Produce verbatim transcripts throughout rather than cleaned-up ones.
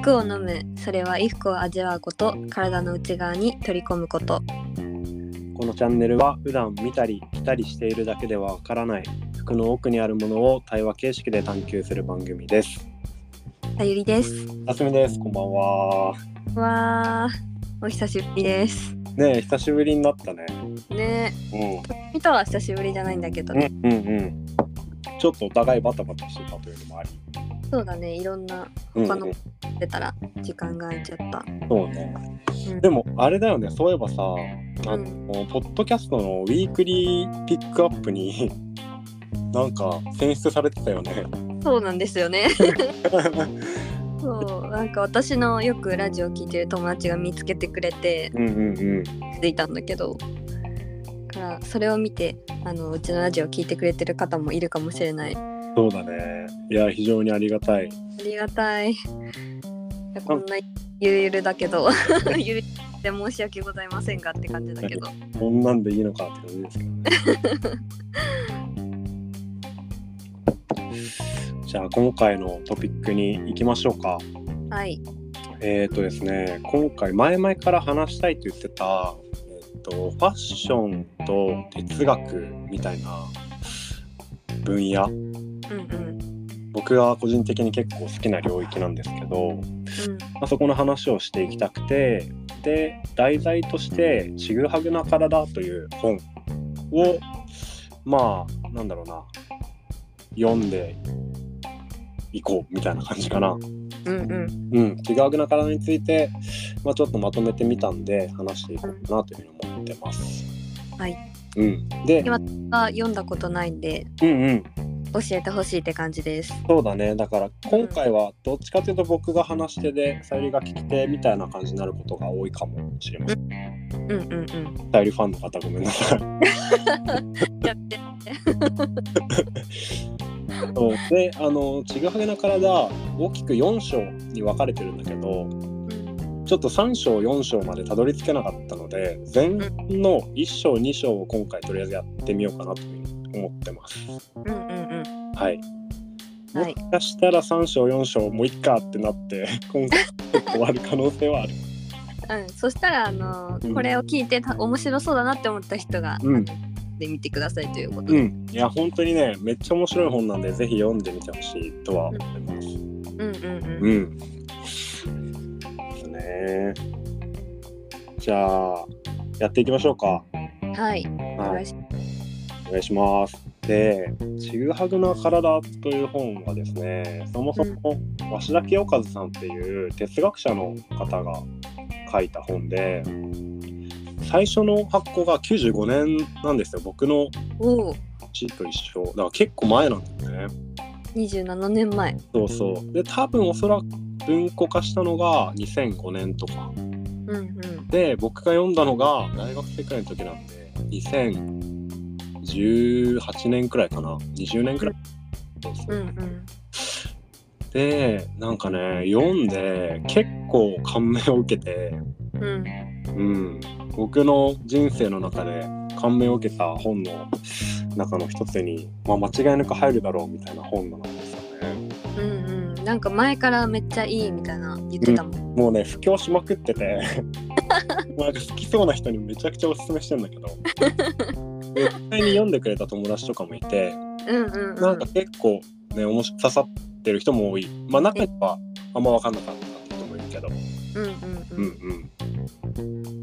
服を飲む、それは衣服を味わうこと、体の内側に取り込むこと。 このチャンネルは普段見たり着たりしているだけではわからない服の奥にあるものを対話形式で探求する番組です。 さゆりです。 あすみです。こんばんは。 わー、お久しぶりです。 ねえ、久しぶりになったね。 ねえ、 うん、 見たは久しぶりじゃないんだけどね。 うんうんうんちょっとお互いバタバタしてたというのもあり。 そうだね、いろんな他の出たら時間が空いちゃった。 そうね、 うん、 でもあれだよね、そういえばさ、あの、 うん、 ポッドキャストのウィークリーピックアップになんか選出されてたよね。 そうなんですよねそう、なんか私のよくラジオ聞いてる友達が見つけてくれてうんうんうん気づいたんだけど、からそれを見てあのうちのラジオ聞いてくれてる方もいるかもしれない。 そうだね。いや、非常にありがたい。 ありがたい。いや、こんなゆるゆるだけどゆるで申し訳ございませんがって感じだけどこんなんでいいのかって感じですけどねじゃあ今回のトピックに行きましょうか。 はい。 えーとですね、今回前々から話したいと言ってた、えーと、ファッションと哲学みたいな分野、 うんうん僕が個人的に結構好きな領域なんですけど、 うんまあ、そこの話をしていきたくて、で題材としてちぐはぐな体という本をまあなんだろうな読んでいこうみたいな感じかな。 うんうんうん、ちぐはぐな体について、まあ、ちょっとまとめてみたんで話していこうかなというふうに思ってます。 はい。 うん、で今は読んだことないんで、 うんうん教えてほしいって感じです。 そうだね。だから今回はどっちかというと僕が話し手でさゆりが聞き手みたいな感じになることが多いかもしれません。 うんうんうんさゆりファンの方ごめんなさいやってそうで、あのちぐはぐな体大きくよん章に分かれてるんだけど、ちょっとさん章よん章までたどり着けなかったので、前のいち章に章を今回とりあえずやってみようかなというふうに思ってます。 うんうんうんはい。もはいしかしたらさん章よん章もういっかってなって今回終わる可能性はある。 うん、そしたらあの、 うん、 これを聞いてた面白そうだなって思った人が、 うん、 で見てくださいということで、 うん、いや本当にねめっちゃ面白い本なんでぜひ読んでみてほしいとは思います。 うんうんうんうんですね。じゃあやっていきましょうか。 はい、おはい、 願いしお願いします。で、ちぐはぐな体という本はですね、そもそも鷲田清和さんっていう哲学者の方が書いた本で、最初の発行がきゅうじゅうごねんなんですよ。僕の地と一緒だから結構前なんだよね。 にじゅうななねんまえ。 そうそうで多分おそらく文庫化したのがにせんごねんとか、 うんうん、 で僕が読んだのが大学生くらいの時なんでにせんじゅうはちねんくらいかな、にじゅうねんくらい、そうそう、 うんうん、 でなんかね読んで結構感銘を受けて、 うんうん、僕の人生の中で感銘を受けた本の中の一つに、まあ、間違いなく入るだろうみたいな本なんですよね。 うんうん、なんか前からめっちゃいいみたいな言ってたもん、 うん、もうね布教しまくっててもうなんか好きそうな人にめちゃくちゃおすすめしてるんだけど絶対に読んでくれた友達とかもいて、 うんうんうん、 なんか結構ね面白刺さってる人も多い。まあ中にはあんま分かんなかったって人もいるけど、 うんうんうんうん、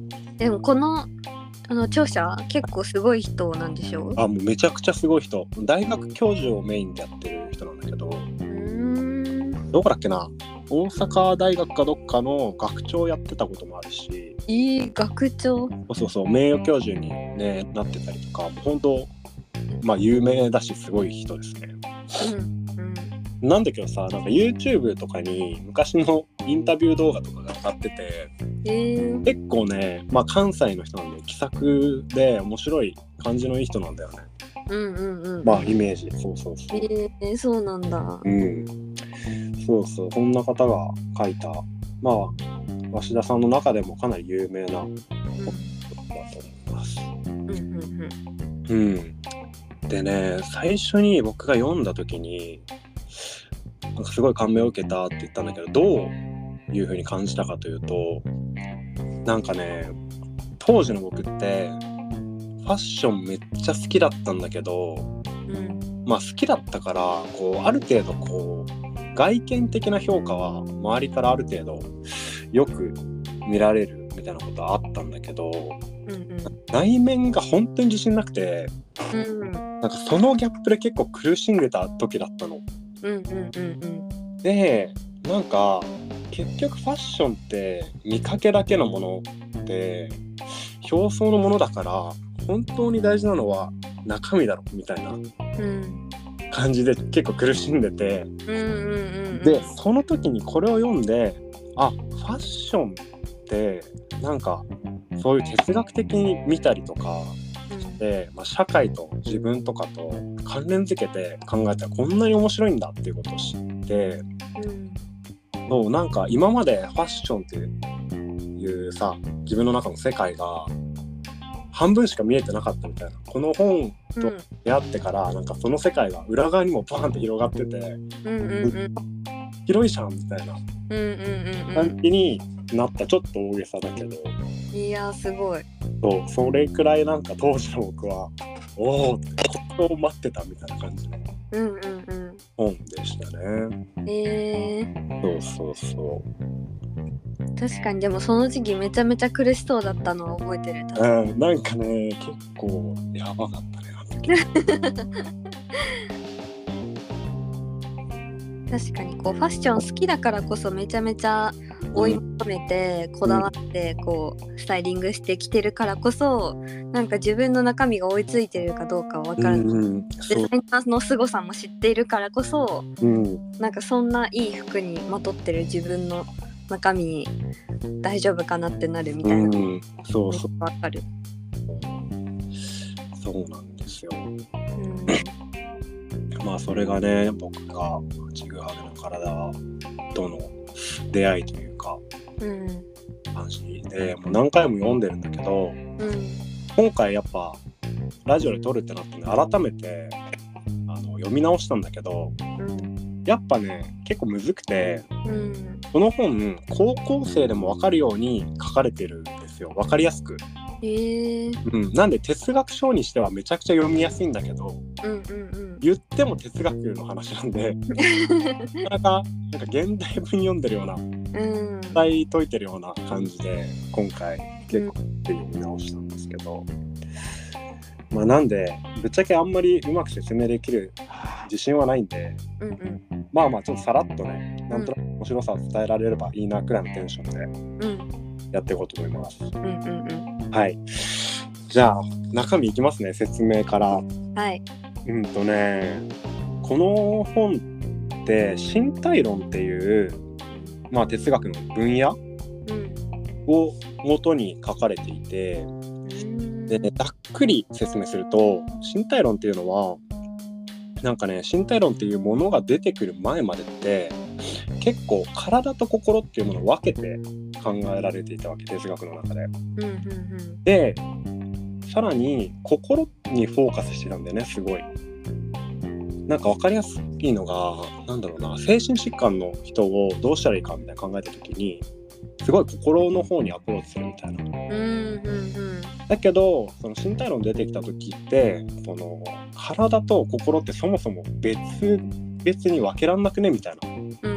でもこのあの著者結構すごい人なんでしょう？ あ、もうめちゃくちゃすごい人、大学教授をメインでやってる人なんだけど、うーんどこだっけな、大阪大学かどっかの学長やってたこともあるし、 いい学長、 そうそうそう名誉教授に、ね、なってたりとか、本当まあ有名だしすごい人ですね。 うんうん、 なんだけどさ、なんか YouTube とかに昔のインタビュー動画とかが上がってて、 えー、 結構ね、まあ関西の人なんで気さくで面白い感じのいい人なんだよね。 うんうんうん、 まあイメージ、そうそうそう。 えー、そうなんだ。 うん、そうそう、そんな方が書いた、まあ鷲田さんの中でもかなり有名な本だと思います。 うんうんうんうん、でね、最初に僕が読んだ時になんかすごい感銘を受けたって言ったんだけど、どういうふうに感じたかというと、なんかね、当時の僕ってファッションめっちゃ好きだったんだけど、 うん、 まあ好きだったからこうある程度こう外見的な評価は周りからある程度よく見られるみたいなことはあったんだけど、 うん、 内面が本当に自信なくて、 うん、 なんかそのギャップで結構苦しんでた時だったの。 うん、うん、うん、 で、なんか結局ファッションって見かけだけのもので表層のものだから、本当に大事なのは中身だろみたいな感じで結構苦しんでて、 うん、うん、 でその時にこれを読んで、あ、ファッションってなんかそういう哲学的に見たりとかで、まあ、社会と自分とかと関連づけて考えたらこんなに面白いんだっていうことを知って、 うん、 そうなんか今までファッションっていうさ、自分の中の世界が半分しか見えてなかったみたいな、この本と出会ってからなんかその世界が裏側にもバーンって広がってて、 うんうんうん、 広いじゃんみたいな感じになった。ちょっと大げさだけど、 いやすごい。 そう、それくらいなんか当時の僕はおおってことを待ってたみたいな感じの本でしたね。 えー、 そうそうそう。 確かに。でもその時期めちゃめちゃ苦しそうだったのを覚えてる。 うん、なんかね結構やばかったねあの時確かにこうファッション好きだからこそめちゃめちゃ追い求めてこだわってこうスタイリングしてきてるからこそ、なんか自分の中身が追いついてるかどうかは分からない、うんうん、デザイナーの凄さも知っているからこそ、うん、なんかそんないい服にまとってる自分の中身大丈夫かなってなるみたいな、うん、 そうそう分かる。 そうなんですよ、うん、まあそれがね、僕がちぐはぐの体との出会いというか、うん、感じでもう何回も読んでるんだけど、うん、今回やっぱラジオで撮るってなってね、改めてあの読み直したんだけど、うん、やっぱね結構むずくて、うん、この本高校生でも分かるように書かれてるんですよ、分かりやすく。へー、うん、なんで哲学書にしてはめちゃくちゃ読みやすいんだけど、うんうんうん、言っても哲学の話なんでなかなかなんか現代文読んでるような、うん、答解いてるような感じで今回結構読み直したんですけど、うん、まあなんでぶっちゃけあんまりうまく説明できる自信はないんで、うんうん、まあまあちょっとさらっとね、なんとなく面白さを伝えられればいいなくらいのテンションでやっていこうと思います、うんうんうん、はい。じゃあ中身いきますね、説明から。はい。うんとね、この本って身体論っていう、まあ、哲学の分野を元に書かれていて、うん、でざっくり説明すると、身体論っていうのはなんかね、身体論っていうものが出てくる前までって結構体と心っていうものを分けて考えられていたわけ、哲学の中で、うんうんうん、でさらに心にフォーカスしてたんだよね、すごい。なんか分かりやすいのが、なんだろうな、精神疾患の人をどうしたらいいかみたいな考えた時にすごい心の方にアプローチするみたいな、うんうんうん、だけどその身体論出てきた時ってその体と心ってそもそも別々に分けらんなくねみたいな、うんうん、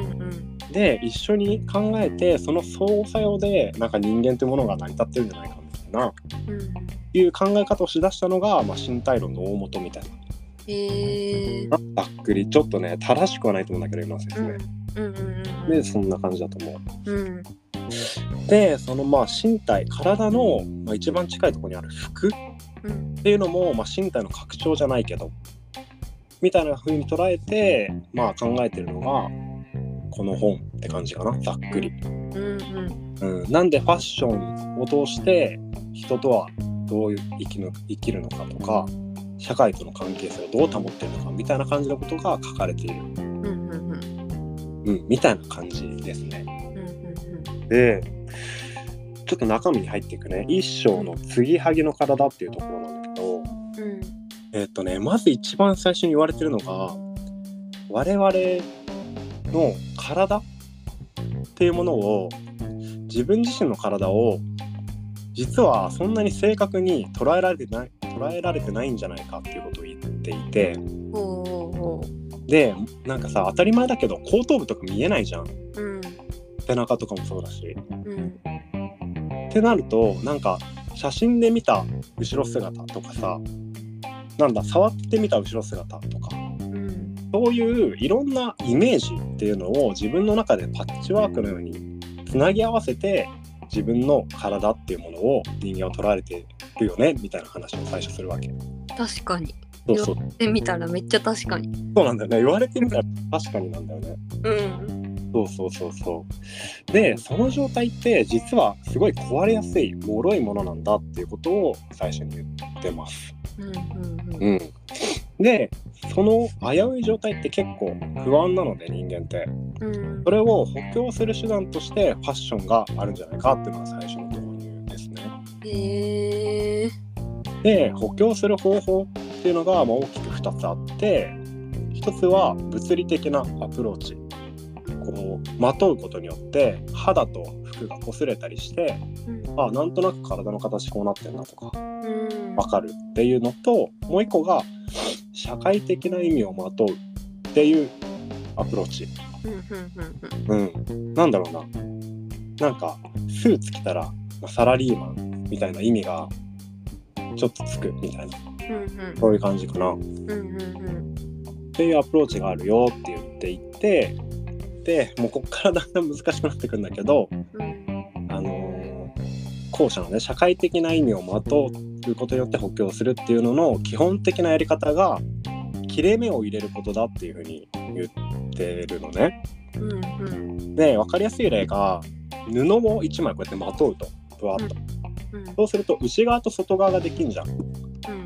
で一緒に考えてその相互作用でなんか人間というものが成り立ってるんじゃないかみたいな、うん、いう考え方をしだしたのが、まあ、身体論の大元みたいな。へー、ざっくりちょっとね正しくはないと思うんだけど今説明、うんうんうんうん、でそんな感じだと思う、うん、でそのまあ身体、体の、まあ、一番近いところにある服っていうのも、まあ、身体の拡張じゃないけどみたいな風に捉えて、まあ、考えてるのがこの本って感じかな、ざっくり、うんうんうん、なんでファッションを通して人とはどういう生きの生きるのかとか社会との関係性をどう保っているのかみたいな感じのことが書かれている、うんうんうんうん、みたいな感じですね、うんうんうん、でちょっと中身に入っていくね。一章の継ぎはぎの体っていうところなんだけど、うん、えーっとねまず一番最初に言われてるのが我々の体っていうものを、自分自身の体を実はそんなに正確に捉えられてない捉えられてないんじゃないかっていうことを言っていて、 おおお。 でなんかさ、当たり前だけど後頭部とか見えないじゃん。 うん。 背中とかもそうだし。 うん。 ってなると、なんか写真で見た後ろ姿とかさ、なんだ触ってみた後ろ姿とか、 うん、 そういういろんなイメージっていうのを自分の中でパッチワークのようにつなぎ合わせて、自分の体っていうものを人間は捉えてるよねみたいな話を最初するわけ。 確かに。 そうそう。 言ってみたらめっちゃ確かに。 そうなんだよね。言われてみたら確かになんだよね。 うん。 そうそうそうそう。で、その状態って実はすごい壊れやすい脆いものなんだっていうことを最初に言ってます。 うんうんうん。 うん。で、その危うい状態って結構不安なので、人間って、 うん、 それを補強する手段としてファッションがあるんじゃないかっていうのが最初の導入ですね。 へえ。 で、補強する方法っていうのがまあ大きくふたつあって、ひとつは物理的なアプローチ。こうまとうことによって肌と服が擦れたりして、うん、あ、なんとなく体の形こうなってんなとか分かるっていうのと、もう一個が社会的な意味をまとうっていうアプローチ。うん、なんだろうな、なんかスーツ着たらサラリーマンみたいな意味がちょっとつくみたいな、うんうん、そういう感じかな、うんうんうん、っていうアプローチがあるよって言っていて、でもうここからだんだん難しくなってくるんだけど、うん、あのー、後者のね、社会的な意味をまとうことによって補強するっていうのの基本的なやり方が切れ目を入れることだっていうふうに言ってるのね、うんうん、で分かりやすい例が、布をいちまいこうやってまとうとふわっと、うんうん、そうすると内側と外側ができんじゃん、うん、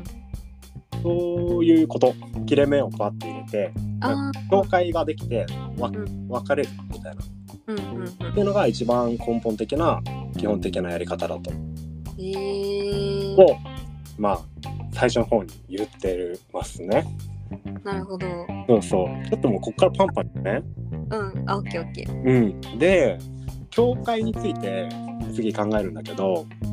そういうこと。切れ目をパッて入れて境界ができてわ、うん、分かれるみたいな、うんうんうん、っていうのが一番根本的な基本的なやり方だと、えー、をまあ最初の方に言ってますね。 なるほど。 そうそう。ちょっともうこっからパンパンね。 うん。あ、オッケーオッケー。 うん。で、境界について次考えるんだけど、うん、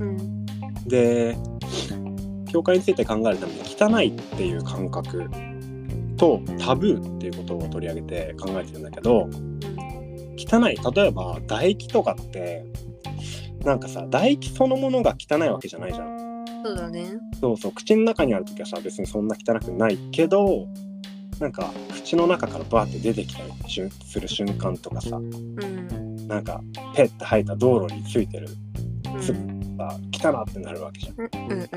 で境界について考えるために汚いっていう感覚とタブーっていうことを取り上げて考えてるんだけど、うん、汚い、例えば唾液とかってなんかさ、唾液そのものが汚いわけじゃないじゃん。 そうだね。 そうそう、口の中にあるときはさ別にそんな汚くないけど、なんか口の中からバーって出てきたりする瞬間とかさ、うん、なんかペッて吐いた道路についてる粒が汚ってなるわけじゃん。うんうんうん。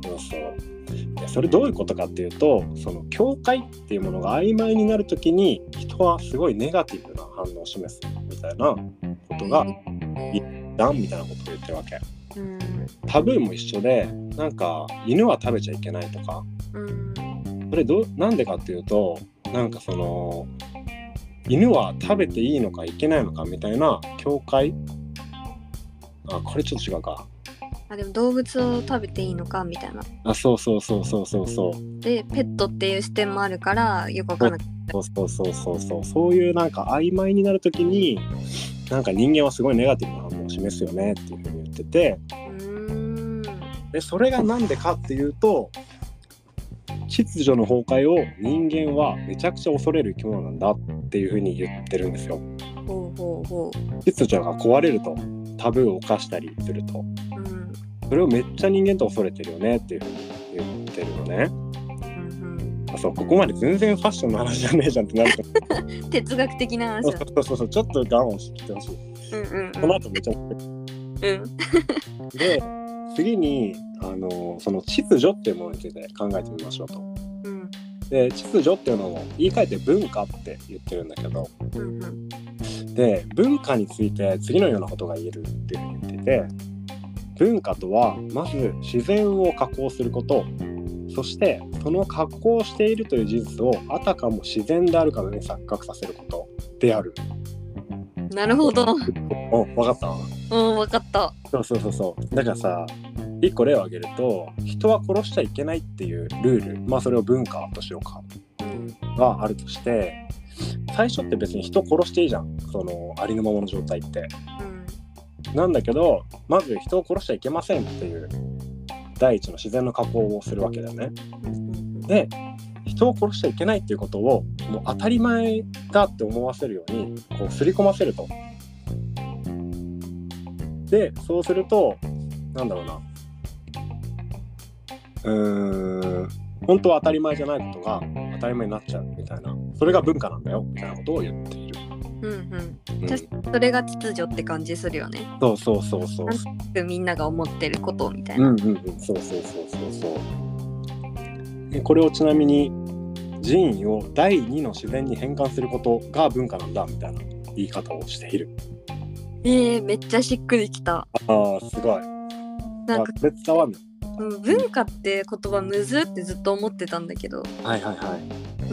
そうそう。でそれどういうことかっていうと、その境界っていうものが曖昧になるときに人はすごいネガティブな反応を示すみたいなことがいいじゃんみたいなことを言ってるわけ。うん、タブーも一緒で、なんか犬は食べちゃいけないとか、うん、それどなんでかっていうと、なんかその犬は食べていいのかいけないのかみたいな境界、あ、これちょっと違うか。 あ、でも動物を食べていいのかみたいな。 あ、そうそうそうそうそうそう。 でペットっていう視点もあるからよくわかんない。 そうそうそうそうそう、そういうなんか曖昧になるときに、なんか人間はすごいネガティブな反応を示すよねっていうふうに言ってて、うーん、でそれがなんでかっていうと、秩序の崩壊を人間はめちゃくちゃ恐れる生き物なんだっていうふうに言ってるんですよ。ほうほうほう。秩序が壊れると、タブーを犯したりすると、うん、それをめっちゃ人間と恐れてるよねっていうふうに言ってるのね。あ、そう、ここまで全然ファッションの話じゃねえじゃんってなると哲学的な話だ。 そうそうそう、ちょっと我慢してきてほしい、うんうんうん、この後めっちゃ面白い、うん、で次にあのその秩序っていうものについて考えてみましょうと、うん、で秩序っていうのを言い換えて文化って言ってるんだけど、うんうん、で文化について次のようなことが言えるっていうふうに言ってて、文化とはまず自然を加工すること、そしてその加工しているという事実をあたかも自然であるかのように錯覚させることである。 なるほど。 お、分かった？ うん、分かった。 そうそうそうそう。だからさ、一個例を挙げると、人は殺しちゃいけないっていうルール、まあそれを文化としようか、うん、があるとして、 最初って別に人殺していいじゃん、そのありのままの状態って。 うん、 なんだけどまず人を殺しちゃいけませんっていう第一の自然の加工をするわけだよね。で人を殺しちゃいけないっていうことをもう当たり前だって思わせるようにこう刷り込ませると。でそうするとなんだろうな、うーん本当は当たり前じゃないことが当たり前になっちゃうみたいな、それが文化なんだよみたいなことを言っている。 うんうん、 うん、 確かにそれが秩序って感じするよね。 そうそうそうそう。 なんとなくみんなが思ってることみたいな。 うんうんうん、そうそうそうそうそう。でこれをちなみに人為を第二の自然に変換することが文化なんだみたいな言い方をしている。 えー、めっちゃしっくりきた。 ああすごい。 なんかこれ伝わんの。 うん、文化って言葉むずってずっと思ってたんだけど、 はいはいはい。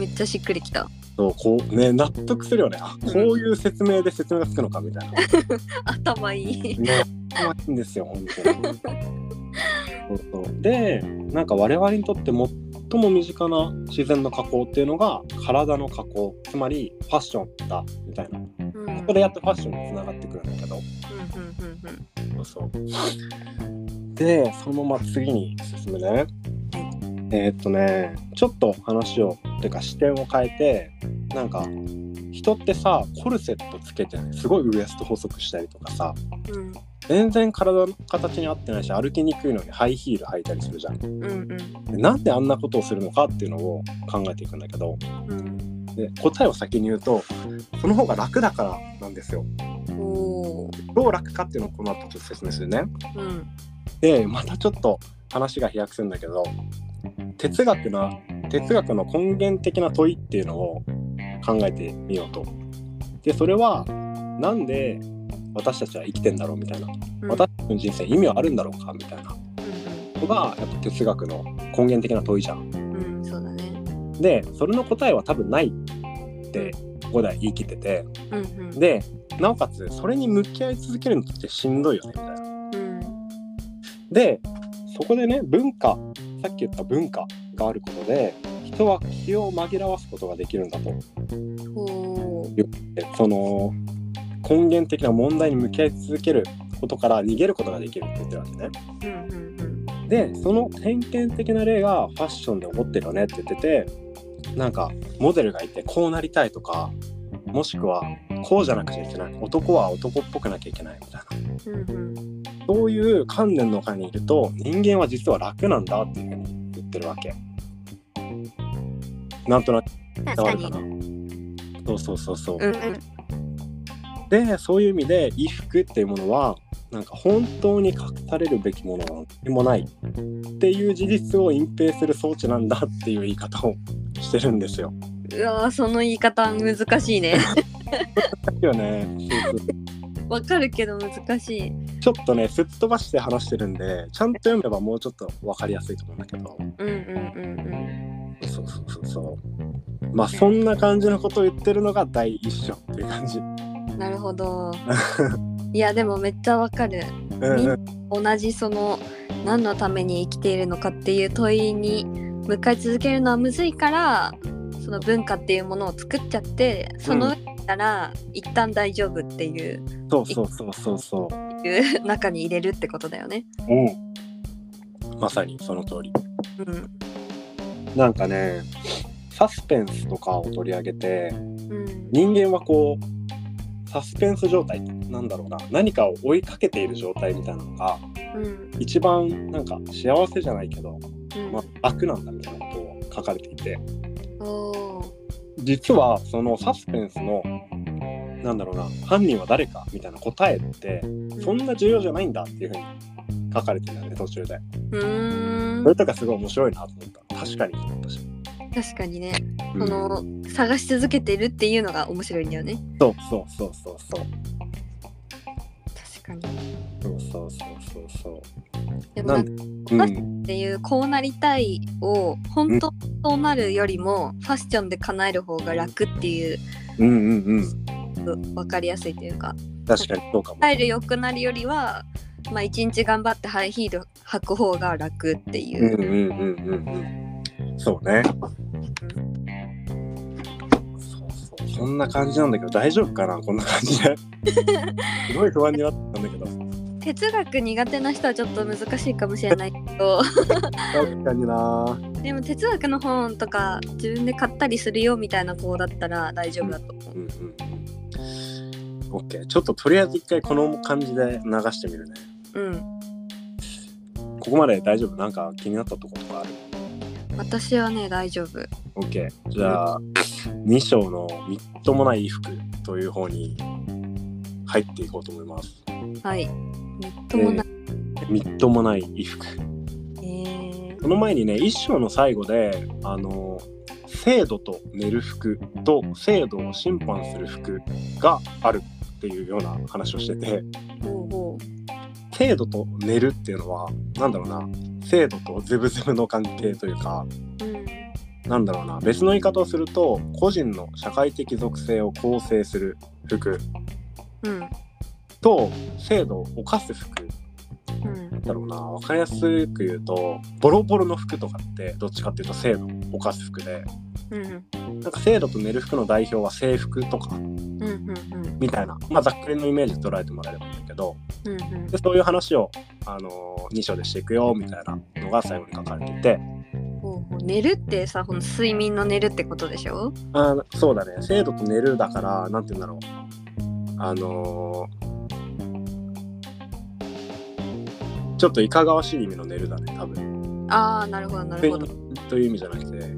めっちゃしっくりきた。 そうこうね納得するよね。あこういう説明で説明がつくのかみたいな。 頭いい。 ね、頭いいんですよ本当に。そうそうでなんか我々にとって最も身近な自然の加工っていうのが体の加工、つまりファッションだみたいな、うん、ここでやっとファッションにつながってくるんだけど、うんうんうんうん、そうそうでそのまま次に進むね。えー、っとねちょっと話をていうか視点を変えて、なんか人ってさコルセットつけて、ね、すごいウエスト細くしたりとかさ、うん、全然体の形に合ってないし歩きにくいのにハイヒール履いたりするじゃん、うんうん、でなんであんなことをするのかっていうのを考えていくんだけど、うん、で答えを先に言うとその方が楽だからなんですよ。おどう楽かっていうのをこの後ちょっと説明するね、うん、でまたちょっと話が飛躍するんだけど、哲学の哲学の根源的な問いっていうのを考えてみようと。でそれはなんで私たちは生きてんだろうみたいな、うん、私たちの人生意味はあるんだろうかみたいなのがやっぱ哲学の根源的な問いじゃん、うん、そうだね。でそれの答えは多分ないって五代言い切ってて、うんうん、でなおかつそれに向き合い続けるのってしんどいよねみたいな、うん、でそこでね文化、さっき言った文化があることで人は気を紛らわすことができるんだと。その根源的な問題に向き合い続けることから逃げることができるって言ってるわけね、うんうんうん、でその典型的な例がファッションで起こってるよねって言ってて、なんかモデルがいてこうなりたいとか、もしくはこうじゃなくちゃいけない、男は男っぽくなきゃいけないみたいな、うんうん、そういう観念の中にいると人間は実は楽なんだっていうふうに言ってるわけ。なんとなく伝わるかな。そうそうそうそう、うんうん、でそういう意味で衣服っていうものはなんか本当に隠されるべきものは何もないっていう事実を隠蔽する装置なんだっていう言い方をしてるんですよ。 うわその言い方難しいね。 難しいよね。 わかるけど難しい。 ちょっとねすっ飛ばして話してるんでちゃんと読めばもうちょっとわかりやすいと思うんだけど、うんうんうんうん、そうそうそうそう、まあそんな感じのことを言ってるのが第一章っていう感じ。 なるほど。いやでもめっちゃわかる。うんうん、みんな同じその何のために生きているのかっていう問いに向かい続けるのはむずいから、その文化っていうものを作っちゃってその上から一旦大丈夫っていう、 うん、そうそうそうそうそういう中に入れるってことだよね。 うん、まさにその通り、うん、なんかねサスペンスとかを取り上げて、うん、人間はこうサスペンス状態なんだろうな、何かを追いかけている状態みたいなのが、うん、一番なんか幸せじゃないけど、うんまあ、楽なんだみたいなことを書かれていて、お実はそのサスペンスのなんだろうな犯人は誰かみたいな答えってそんな重要じゃないんだっていう風に書かれてるんだよね途中で。うーんそれとかすごい面白いなと思った。確かにと思ったし。確かにね、うん、その探し続けてるっていうのが面白いんだよね。 そうそうそうそうそう。 確かに。 そうそうそうそうそう。 でもなんかファッションっていうこうなりたいを本当そうなるよりもファッションで叶える方が楽っていう、うんうんうん、分かりやすいというか。 確かにそうかも。 スタイル良くなるよりは、まあ一日頑張ってハイヒール履く方が楽っていう。うんうんうんうんうん。そうね。そうそうそんな感じなんだけど大丈夫かなこんな感じですごい不安になったんだけど。 哲学苦手な人はちょっと難しいかもしれないけど確かにな。 でも哲学の本とか自分で買ったりするよみたいな子だったら大丈夫だと思う。 うんうんうん。OK。ちょっととりあえず一回この感じで流してみるね。 うん。 ここまで大丈夫？なんか気になったところとかある？ 私はね大丈夫。 OK。じゃあ、に章のみっともない衣服という方に入っていこうと思います。 はい。みっともない。 みっともない衣服。 えー、 その前にね、一章の最後で、あの、制度と寝る服と制度を審判する服があるっていうような話をしてて、 ほうほう。 制度と寝るっていうのは、なんだろうな、制度とゼブゼブの関係というか、うん、なんだろうな、別の言い方をすると、個人の社会的属性を構成する服、うん、と制度を犯す服、うん、なんだろうな、分かりやすく言うとボロボロの服とかってどっちかっていうと制度を犯す服で、うん、なんか制度と寝る服の代表は制服とか、うんうんうん、みたいな、まあ、ざっくりのイメージで捉えてもらえればいいんだけど、うんうん、でそういう話を、あのー、に章でしていくよみたいなのが最後に書かれていて、 寝るってさ、この睡眠の寝るってことでしょ？ あ、そうだね。制度と寝るだから、なんて言うんだろう。あのー、ちょっといかがわしい意味の寝るだね、多分。 ああ、なるほどなるほど。 という意味じゃなくて、うんうん、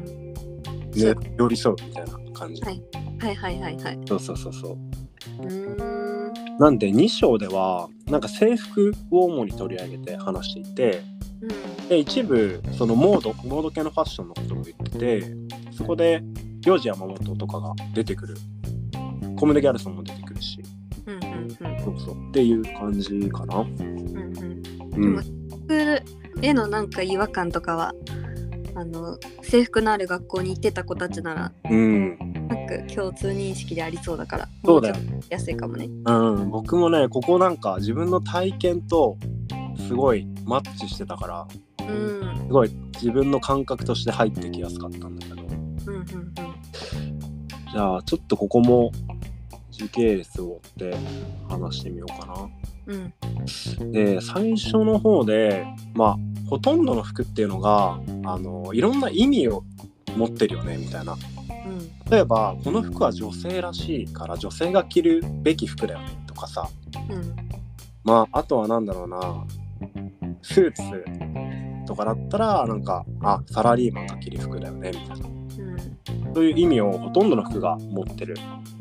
ね、寄り添うみたいな感じ。 はい、はいはいはいはい。 そうそうそうそう。うーん。なんでに章ではなんか制服を主に取り上げて話していて。うん、で一部そのモードモード系のファッションのことも言ってて、そこでヨジ山本とかが出てくる、コムデ・ギャルソンも出てくるし、うんうんうん、そうそうっていう感じかな。うんうん、 でも制服へのなんか違和感とかは、あの制服のある学校に行ってた子たちなら、うん、なんか共通認識でありそうだから、 そうだよ、 安いかもね。 うん、僕もねここなんか自分の体験とすごいマッチしてたから、うん、すごい自分の感覚として入ってきやすかったんだけど、うんうんうん、じゃあちょっとここも時系列を追って話してみようかな。うん、で最初の方で、まあほとんどの服っていうのがあのいろんな意味を持ってるよねみたいな、うん、例えばこの服は女性らしいから女性が着るべき服だよねとかさ、うん、まああとはなんだろうな、スーツとかだったらなんかあサラリーマンが着る服だよねみたいな、うん、そういう意味をほとんどの服が持ってる、うん、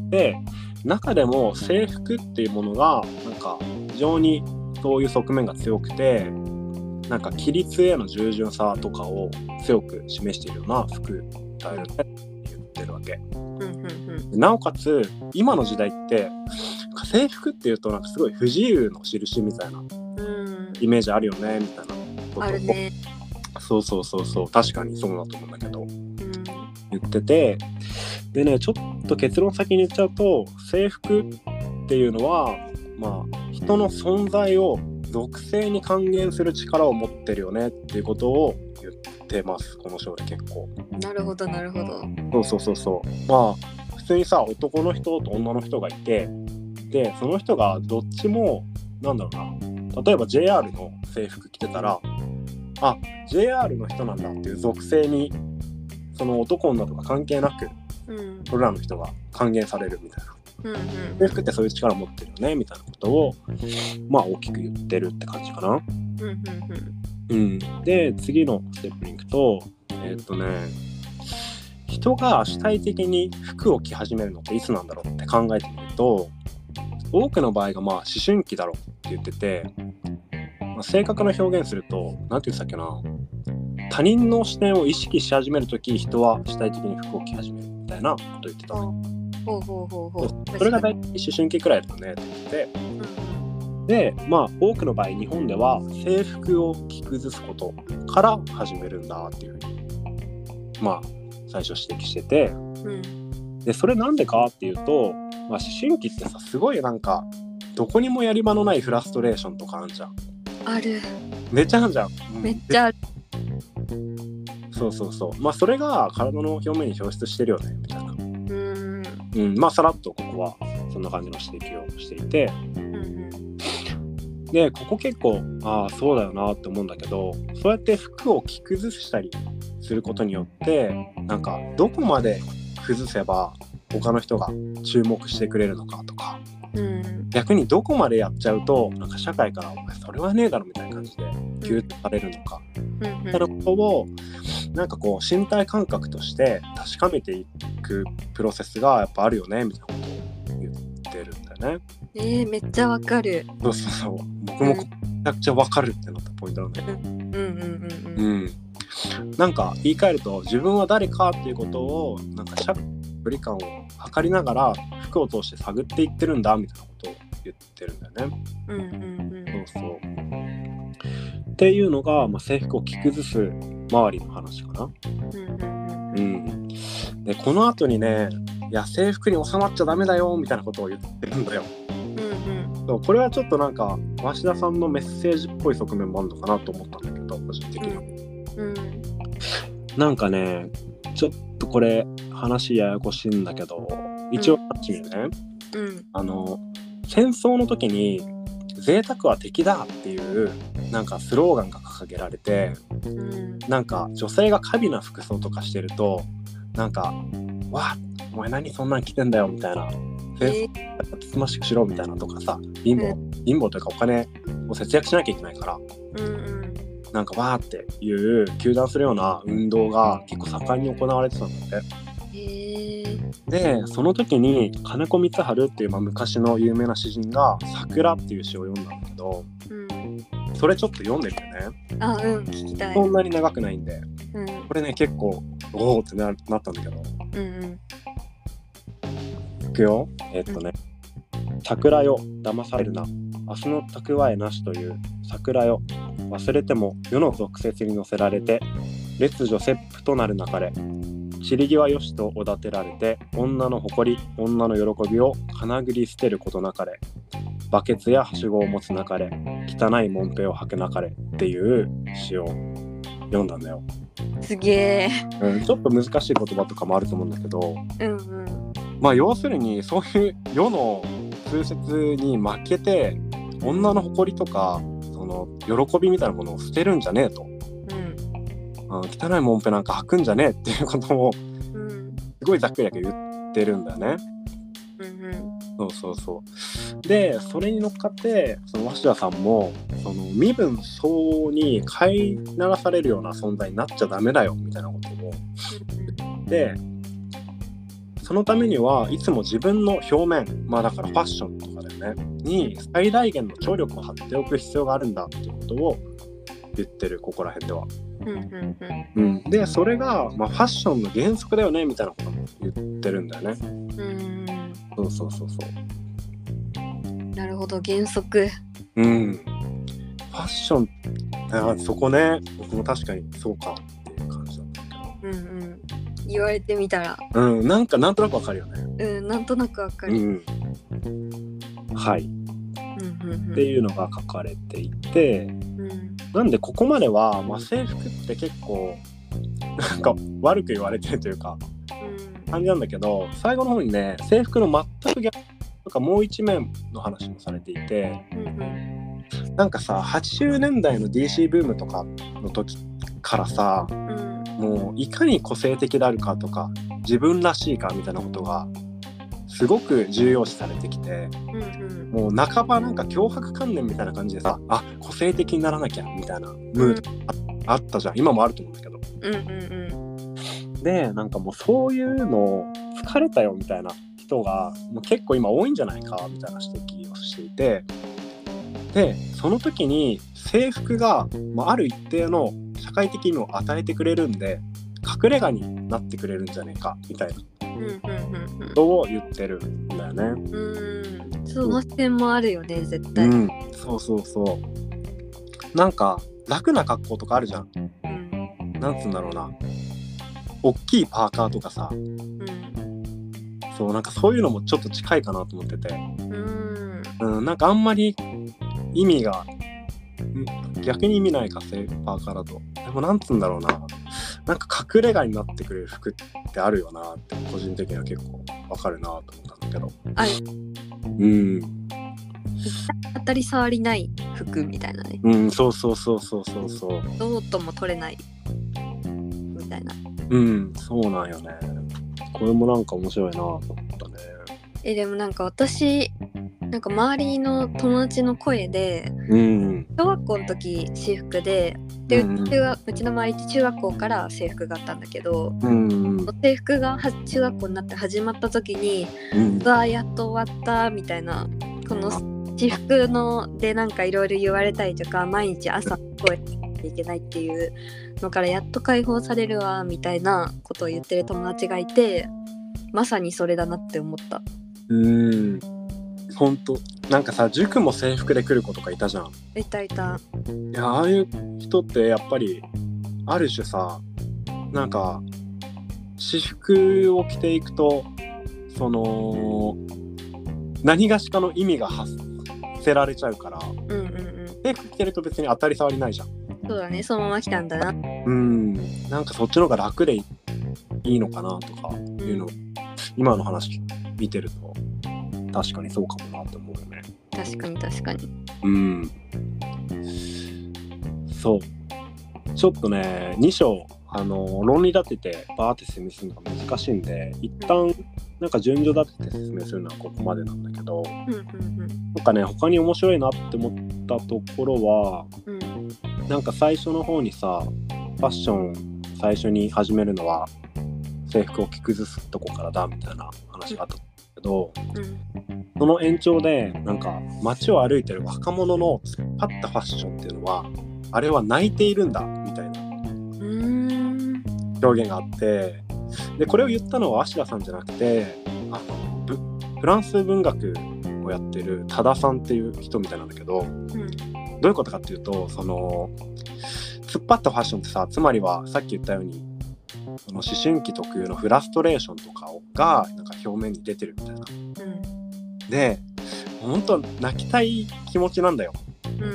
で中でも制服っていうものがなんか非常にそういう側面が強くて、なんか規律への従順さとかを強く示しているような服だよねって言ってるわけ、うんうんうん、なおかつ今の時代って制服っていうとなんかすごい不自由の印みたいなイメージあるよねみたいなことを、 あるね。 そうそうそうそう、確かにそうだと思うんだけど、うん、言ってて、でねちょっと結論先に言っちゃうと、制服っていうのはまあ人の存在を属性に還元する力を持ってるよねっていうことを言ってます、この章で結構。 なるほどなるほど。 そうそうそうそう。まあ普通にさ男の人と女の人がいて、でその人がどっちもなんだろうな、例えば ジェイアール の制服着てたら、あ ジェイアール の人なんだっていう属性にその男女とか関係なく、うん、それらの人が還元されるみたいな、うんうん、制服ってそういう力を持ってるよねみたいなことをまあ大きく言ってるって感じかな、うんうんうん、で次のステップに行くと、えーっとね人が主体的に服を着始めるのっていつなんだろうって考えてみると、多くの場合がまあ思春期だろうって言ってて、まあ、正確な表現するとなんて言ってたっけな、他人の視点を意識し始めるとき人は主体的に服を着始めるみたいなこと言ってた。ほうほうほうほう。それが大体思春期くらいだよねって言ってて、うん、でまあ多くの場合日本では制服を着崩すことから始めるんだっていうふうにまあ最初指摘してて、うん、でそれなんでかっていうと、まあ、思春期ってさすごいなんかどこにもやり場のないフラストレーションとかあるじゃん。 ある。 めっちゃあるじゃん。 めっちゃある。 そうそうそう。まあそれが体の表面に表出してるよねみたいな。うんうん、まあさらっとここはそんな感じの指摘をしていて、 うんうんでここ結構ああそうだよなって思うんだけど、そうやって服を着崩したりすることによってなんかどこまで崩せば他の人が注目してくれるのかとか、 うん、 逆にどこまでやっちゃうとなんか社会からお前それはねえだろみたいな感じでギュッとされるのか、 うんうん、 みたいなことをなんかこう身体感覚として確かめていくプロセスがやっぱあるよねみたいなことを言ってるんだよね。 えー、めっちゃわかる。 そうそうそう、僕もめちゃくちゃわかるってなったポイントなんだよね。 うんうんうんうんうん、なんか言い換えると自分は誰かっていうことをなんか社会の距離感を測りながら服を通して探っていってるんだみたいなことを言ってるんだよね。 うんうんうん、 そうそうっていうのが、まあ、制服を着崩す周りの話かな。 うんうんうんうん、でこの後にね、いや制服に収まっちゃダメだよみたいなことを言ってるんだよ。 うんうん、 そうこれはちょっとなんか鷲田さんのメッセージっぽい側面もあるのかなと思ったんだけど、個人的には、 うん、 なんかねちょっとこれ話ややこしいんだけど一応話見るね、 うん、 あの戦争の時に贅沢は敵だっていうなんかスローガンが掲げられて、 うん、 なんか女性が華美な服装とかしてるとなんかわあお前何そんなん着てんだよみたいな、 えー、 つつましくしろみたいなとかさ、貧乏、うん、貧乏というかお金を節約しなきゃいけないから、 うんうん、 なんかわーっていう糾弾するような運動が結構盛んに行われてたんだって。 へー、 でその時に金子光晴っていう、まあ、昔の有名な詩人が桜っていう詩を読んだんだけど、 うん、 それちょっと読んでみてね。 あ、うん、聞きたい。 そんなに長くないんで、 うん、 これね結構おおって な, なったんだけど、 うんうん、 いくよ。えっとね、うん、桜よ騙されるな、明日の蓄えなしという桜よ、忘れても世の俗説に乗せられて烈女切腹となるなかれ、散り際よしとおだてられて女の誇り女の喜びをかなぐり捨てることなかれ、バケツやはしごを持つなかれ、汚いもんぺを履くなかれっていう詩を読んだんだよ。 すげー、うん、ちょっと難しい言葉とかもあると思うんだけど、 うんうん、 まあ要するにそういう世の通説に負けて女の誇りとかその喜びみたいなものを捨てるんじゃねえと、うん、汚いもんぺなんか履くんじゃねえっていうことをすごいざっくりだけ言ってるんだよね。うんうん、そうそうそう。でそれに乗っかってその鷲田さんもその身分相応に飼いならされるような存在になっちゃダメだよみたいなことを言って、そのためにはいつも自分の表面、まあだからファッションとかだよねに最大限の張力を張っておく必要があるんだっていうことを言ってる、ここら辺では。うんうんうん、でそれが、まあ、ファッションの原則だよねみたいなことも言ってるんだよね。うん、そうそうそうそう。 なるほど、原則。 うん。ファッション、あ、そこね、僕も確かにそうかっていう感じだったけど。うんうん。 言われてみたら。 うん、なんかなんとなくわかるよね。 うん、なんとなくわかる。 うん、はい、うんうんうん。っていうのが書かれていて。うん、なんでここまでは、まあ、制服って結構なんか悪く言われてるというか、うん、感じなんだけど、最後の方にね制服の全く逆とかもう一面の話もされていて、うんうん、なんかさはちじゅうねんだいの ディーシー ブームとかの時からさ、うん、もういかに個性的であるかとか自分らしいかみたいなことがすごく重要視されてきて、うんうん、もう半ばなんか強迫観念みたいな感じでさ、あ、個性的にならなきゃみたいなムードあったじゃん。今もあると思うんだけど、うんうんうん、でなんかもうそういうの疲れたよみたいな人がもう結構今多いんじゃないかみたいな指摘をしていて、でその時に制服が、まあ、ある一定の社会的意味を与えてくれるんで隠れ家になってくれるんじゃねえかみたいなことを言ってるんだよね。 うん、その視点もあるよね、絶対。うん、 そうそうそう。なんか楽な格好とかあるじゃん。うん、なんつうんだろうな、大きいパーカーとかさ、うん、そうなんかそういうのもちょっと近いかなと思ってて、うんうん、なんかあんまり意味が逆に意味ないか、セーパーカーだと。でもなんつうんだろうな、なんか隠れ家になってくれる服ってあるよなって個人的には結構わかるなと思ったんだけど。 ある。 うん。 当たり障りない服みたいなね。 うん、そうそうそうそうそうそう。 どうとも取れないみたいな。 うん、そうなんよね。これもなんか面白いなと思ったね。 えでもなんか私なんか周りの友達の声で、 うん、 小学校の時私服で、で、 うん、 うちはうちの周りって中学校から制服があったんだけど、 うん、 制服がは中学校になって始まった時に、 うん、 うわーやっと終わったみたいな、この私服のでなんかいろいろ言われたりとか、毎日朝声しなきゃいけないっていうのからやっと解放されるわみたいなことを言ってる友達がいて、まさにそれだなって思った。 うん、ほんとなんかさ、塾も制服で来る子とかいたじゃん。 いたいた。 いや、ああいう人ってやっぱりある種さ、なんか私服を着ていくとその何がしかの意味が発せられちゃうから、 うんうんうん。 制服着てると別に当たり障りないじゃん。 そうだね、そのまま来たんだな。 うん、なんかそっちの方が楽でいいのかなとかいうの、うん、今の話見てると確かにそうかもなって思うよね。 確かに確かに。 うん。そう。ちょっとね、に章あの論理立ててバーって説明するのが難しいんで、一旦なんか順序立てて説明するのはここまでなんだけど、 うんうんうん、 なんかね、他に面白いなって思ったところは、うん、なんか最初の方にさ、ファッション最初に始めるのは制服を着崩すとこからだみたいな話があったんだけど、うん、その延長でなんか街を歩いてる若者の突っ張ったファッションっていうのはあれは泣いているんだみたいな表現があって、でこれを言ったのは芦田さんじゃなくて、あのフランス文学をやってる多田さんっていう人みたいなんだけど、うん、どういうことかっていうと、その突っ張ったファッションってさ、つまりはさっき言ったようにその思春期特有のフラストレーションとかがなんか表面に出てるみたいな、うん、で本当は泣きたい気持ちなんだよ、うん、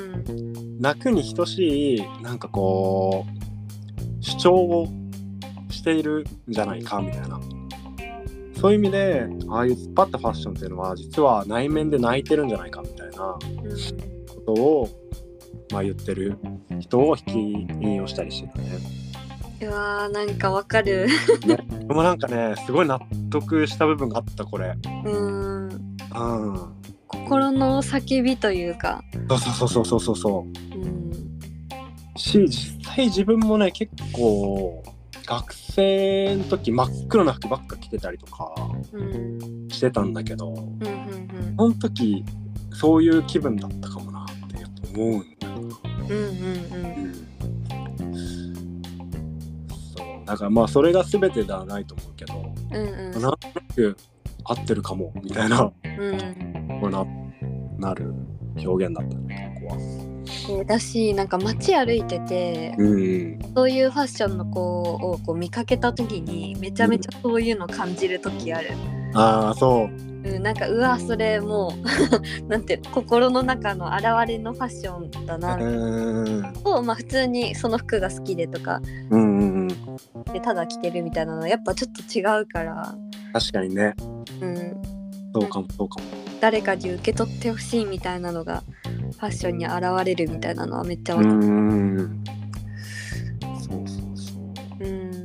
泣くに等しいなんかこう主張をしているんじゃないかみたいな、そういう意味でああいう突っ張ったファッションっていうのは実は内面で泣いてるんじゃないかみたいなことを、まあ、言ってる人を引き引用したりしてたね。 うわー、なんかわかる、 ね、でもなんかねすごい納得した部分があった。これうーん、うん、心の叫びというか、 そうそうそうそうそうそう、うん、し実際自分もね結構学生の時真っ黒な服ばっか着てたりとかしてたんだけど、うんうんうん、その時そういう気分だったかもなってやっぱ思うんだよな。うんうんうん、そうだからまあそれが全てではないと思うけど、うんうん、なんとなく合ってるかもみたいな、うん、こう な, なる表現だったね、ここは。 だし、なんか街歩いてて、うん、そういうファッションの子をこう見かけた時にめちゃめちゃそういうの感じる時ある、 うん、ああそう、 うん、なんかうわそれもうなんて心の中の表れのファッションだなと、まあ普通にその服が好きでとか、うんうん、でただ着てるみたいなのやっぱちょっと違うから。 確かにね、うん、そうかもそうかも。 誰かに受け取ってほしいみたいなのがファッションに現れるみたいなのはめっちゃわかる。うーん、 そうそうそう。うん。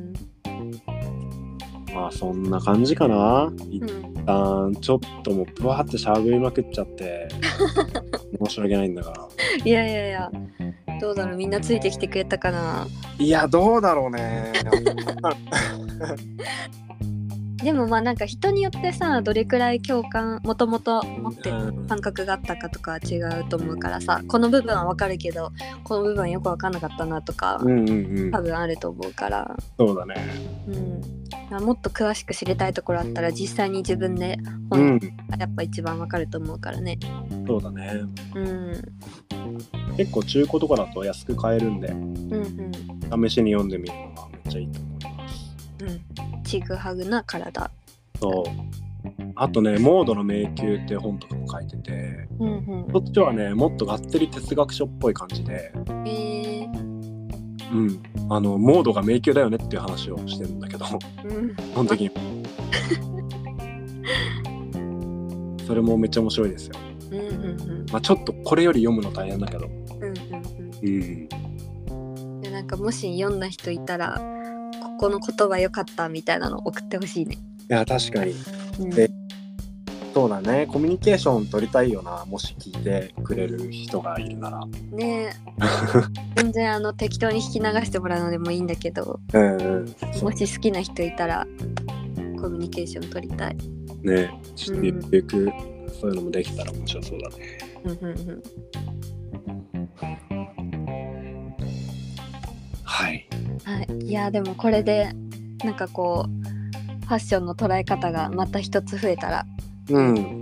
まあそんな感じかな。一旦ちょっともうブワーってしゃべりまくっちゃって申し訳ないんだから。 いやいやいや、どうだろう、みんなついてきてくれたかな。 いやどうだろうね。 でもまあなんか人によってさ、どれくらい共感もともと持ってる感覚があったかとかは違うと思うからさ、この部分はわかるけどこの部分はよくわかんなかったなとか、うんうんうん、多分あると思うから。 そうだね、 うん、もっと詳しく知りたいところあったら実際に自分で本がやっぱ一番わかると思うからね、 うん、そうだね、うん、結構中古とかだと安く買えるんで、うんうん、試しに読んでみるのがめっちゃいいと思います。 うん、ちぐはぐな体。 そう。あとね、モードの迷宮って本とかも書いてて、うんうん、そっちはね、もっとがっつり哲学書っぽい感じで、えー、うん、あのモードが迷宮だよねっていう話をしてるんだけど、うん、その時にそれもめっちゃ面白いですよ。 うんうんうんまあちょっとこれより読むの大変だけど。 うんうんうんうん。でなんかもし読んだ人いたらここの言葉良かったみたいなの送ってほしいね。 いや確かに。 うんでそうだね、コミュニケーション取りたいよな、もし聞いてくれる人がいるなら。 ねえ全然あの適当に聞き流してもらうのでもいいんだけど、 うんうん、 もし好きな人いたらコミュニケーション取りたい。 ね、ちょっとゆくゆくそういうのもできたら面白そうだね。 うんうんうんはい。 はい、いやでもこれでなんかこうファッションの捉え方がまた一つ増えたら、 うん。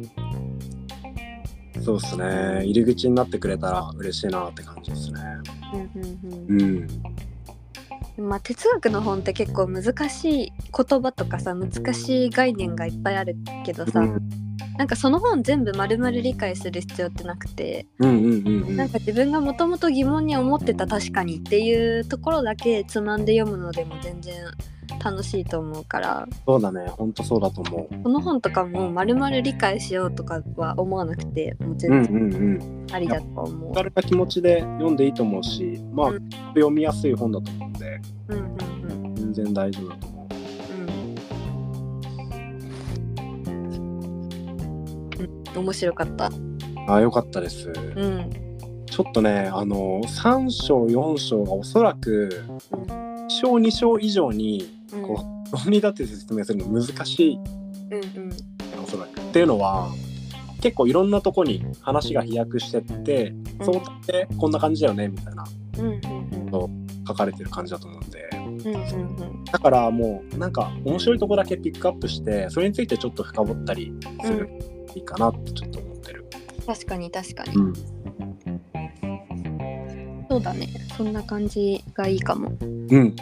そうですね。入り口になってくれたら嬉しいなって感じですね。 うんうんうん。 うんまあ、哲学の本って結構難しい言葉とかさ難しい概念がいっぱいあるけどさ、 うんなんかその本全部丸々理解する必要ってなくて、 うんうんうんうん。 なんか自分がもともと疑問に思ってた確かにっていうところだけつまんで読むのでも全然楽しいと思うから、 そうだね。本当そうだと思う。 この本とかも丸々理解しようとかは思わなくてもううん全然うんうん。 ありだと思う。 疲れた気持ちで読んでいいと思うし、まあ、 うん読みやすい本だと思うんで、 うんうんうん全然大丈夫だと思う。 うん、面白かった。 あ、よかったです。 うんちょっとね、あのさん章よん章がおそらくうんいち章に章以上にうんこう論理立てて説明するの難しい、 うんうんおそらく。っていうのは結構いろんなとこに話が飛躍してって、 うんそうってこんな感じだよねみたいなうんうん書かれてる感じだと思うんで、 うんうんだからもうなんか面白いとこだけピックアップしてそれについてちょっと深掘ったりするといいかなってちょっと思ってる。 確かに確かに、 うんそうだね、そんな感じがいいかも。 うん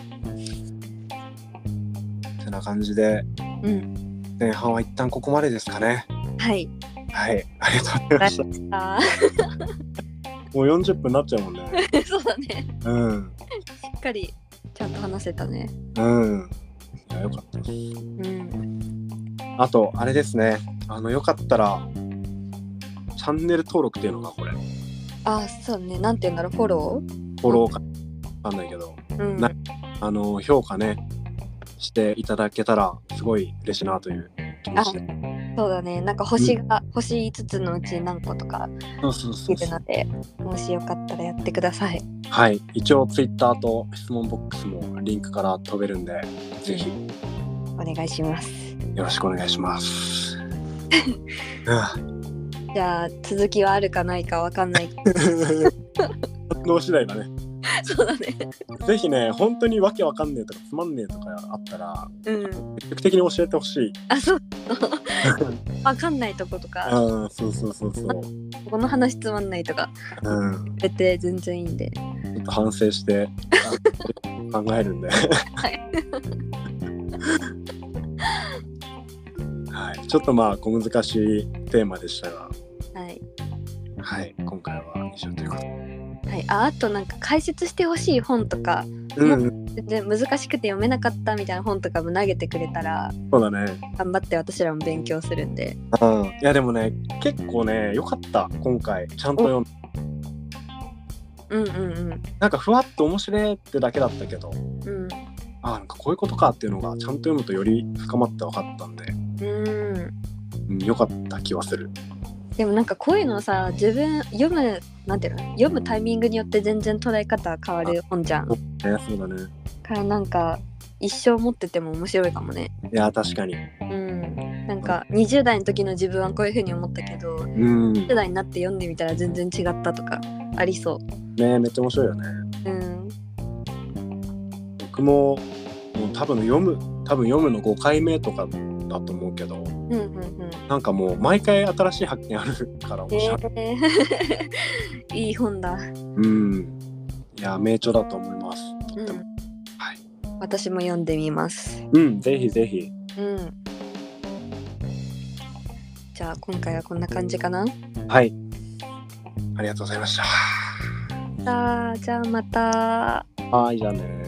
てな感じでうん前半は一旦ここまでですかね。 はいはい、ありがとうございました。 あもうよんじゅっぷんになっちゃうもんね。 ーそうだね、 うんしっかりちゃんと話せたね。 うんいやよかったです。 うんあとあれですね、あのよかったらチャンネル登録っていうのがこれあそうね、なんて言うんだろう、フォローフォローかわかんないけど、 うんなあの評価ねしていただけたらすごい嬉しいなという気持ちで。 そうだね、なんか星が、うん、星いつつのうち何個とかそうそうそういるので、もしよかったらやってください。 はい、一応ツイッターと質問ボックスもリンクから飛べるんで、ぜひお願いします。 よろしくお願いします。 じゃあ続きはあるかないかわかんないけど脳次第だね。 そうだね。 ぜひね、本当にわけわかんねえとかつまんねえとかあったら、 うん、 積極的に教えてほしい。 あ、そうわかんないとことか、 あ、そうそうそうそう。 この話つまんないとか、うん、言って全然いいんで。 ちょっと反省して考えるんで。はい。はい、ちょっとまあ小難しいテーマでしたが、 はい、 はい、今回は以上ということで。 はい、あ, あとなんか解説してほしい本とか、うん、全然難しくて読めなかったみたいな本とかも投げてくれたら、 そうだね、 頑張って私らも勉強するんで。 うん、いやでもね結構ねよかった今回ちゃんと読んで。 うんうんうん。 なんかふわっと面白いってだけだったけど、 うん、 あなんかこういうことかっていうのがちゃんと読むとより深まって分かったんで、 うん、 うん、よかった気はする。 でもなんかこういうのさ、自分読むなんていうの読むタイミングによって全然捉え方変わる本じゃん。 そうね、そうだね。 からなんか一生持ってても面白いかもね。 いや確かに。 うん。なんかにじゅう代の時の自分はこういう風に思ったけど、うん、にじゅう代になって読んでみたら全然違ったとかありそう。 ね、めっちゃ面白いよね。 うん。 僕ももう多分読む多分読むのごかいめとかだと思うけど、うんうんうん、なんかもう毎回新しい発見あるから面白い、 えー、いい本だ。 うん、いや名著だと思います。とっても、うん、はい。 私も読んでみます。 うん、ぜひぜひ。 うん。じゃあ今回はこんな感じかな。 はい。ありがとうございました。 さあ、じゃあまた。 はい、じゃあね。